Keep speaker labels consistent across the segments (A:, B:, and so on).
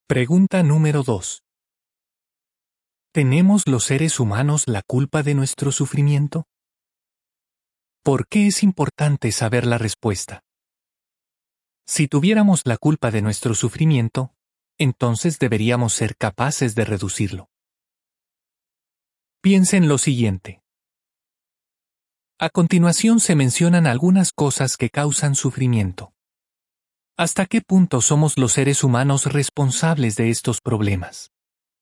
A: Pregunta número 2. ¿Tenemos los seres humanos la culpa de nuestro sufrimiento? ¿Por qué es importante saber la respuesta? Si tuviéramos la culpa de nuestro sufrimiento, entonces deberíamos ser capaces de reducirlo. Piensa en lo siguiente. A continuación se mencionan algunas cosas que causan sufrimiento. ¿Hasta qué punto somos los seres humanos responsables de estos problemas?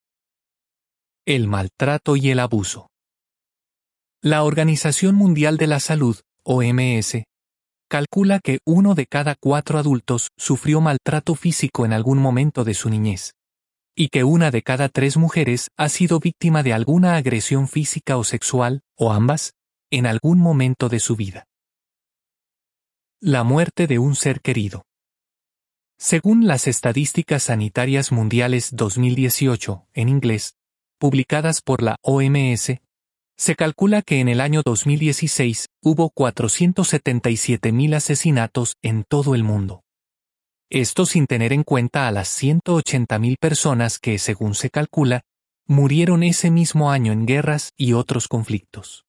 A: El maltrato y el abuso. La Organización Mundial de la Salud, OMS, calcula que 1 de cada 4 adultos sufrió maltrato físico en algún momento de su niñez, y que 1 de cada 3 mujeres ha sido víctima de alguna agresión física o sexual, o ambas, en algún momento de su vida. La muerte de un ser querido. Según las Estadísticas Sanitarias Mundiales 2018, en inglés, publicadas por la OMS, se calcula que en el año 2016 hubo 477.000 asesinatos en todo el mundo. Esto sin tener en cuenta a las 180.000 personas que, según se calcula, murieron ese mismo año en guerras y otros conflictos.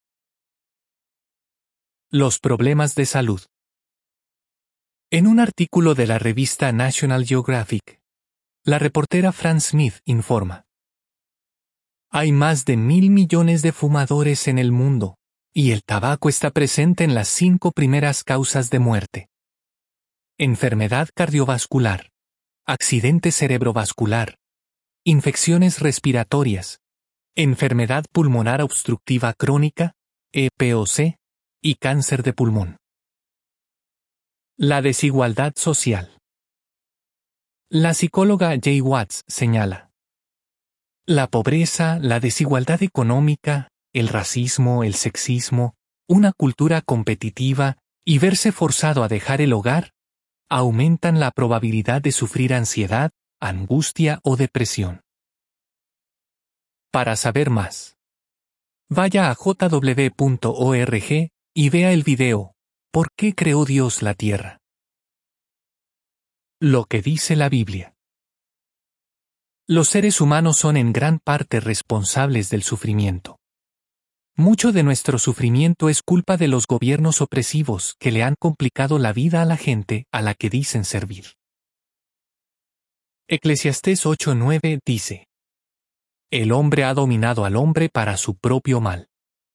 A: Los problemas de salud. En un artículo de la revista National Geographic, la reportera Fran Smith informa: hay más de 1.000 millones de fumadores en el mundo, y el tabaco está presente en las 5 primeras causas de muerte. Enfermedad cardiovascular, accidente cerebrovascular, infecciones respiratorias, enfermedad pulmonar obstructiva crónica, EPOC, y cáncer de pulmón. La desigualdad social. La psicóloga Jay Watts señala: la pobreza, la desigualdad económica, el racismo, el sexismo, una cultura competitiva y verse forzado a dejar el hogar aumentan la probabilidad de sufrir ansiedad, angustia o depresión. Para saber más, vaya a jw.org y vea el video ¿Por qué creó Dios la tierra? Lo que dice la Biblia. Los seres humanos son en gran parte responsables del sufrimiento. Mucho de nuestro sufrimiento es culpa de los gobiernos opresivos que le han complicado la vida a la gente a la que dicen servir. Eclesiastés 8:9 dice: el hombre ha dominado al hombre para su propio mal.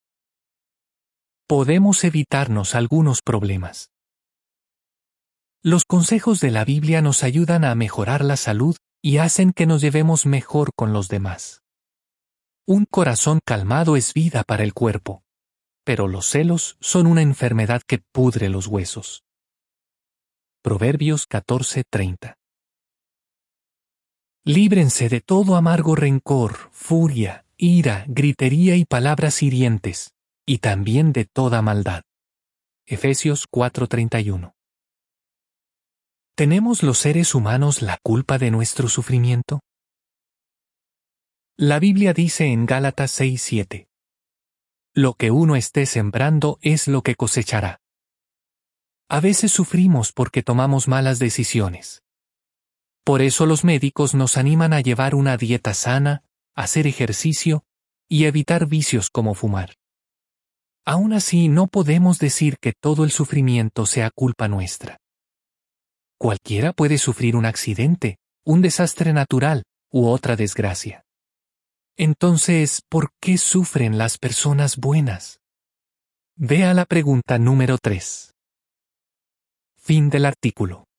A: Podemos evitarnos algunos problemas. Los consejos de la Biblia nos ayudan a mejorar la salud y hacen que nos llevemos mejor con los demás. Un corazón calmado es vida para el cuerpo, pero los celos son una enfermedad que pudre los huesos. Proverbios 14:30. Líbrense de todo amargo rencor, furia, ira, gritería y palabras hirientes, y también de toda maldad. Efesios 4:31. ¿Tenemos los seres humanos la culpa de nuestro sufrimiento? La Biblia dice en Gálatas 6:7: lo que uno esté sembrando es lo que cosechará. A veces sufrimos porque tomamos malas decisiones. Por eso los médicos nos animan a llevar una dieta sana, hacer ejercicio y evitar vicios como fumar. Aún así, no podemos decir que todo el sufrimiento sea culpa nuestra. Cualquiera puede sufrir un accidente, un desastre natural u otra desgracia. Entonces, ¿por qué sufren las personas buenas? Vea la pregunta número 3. Fin del artículo.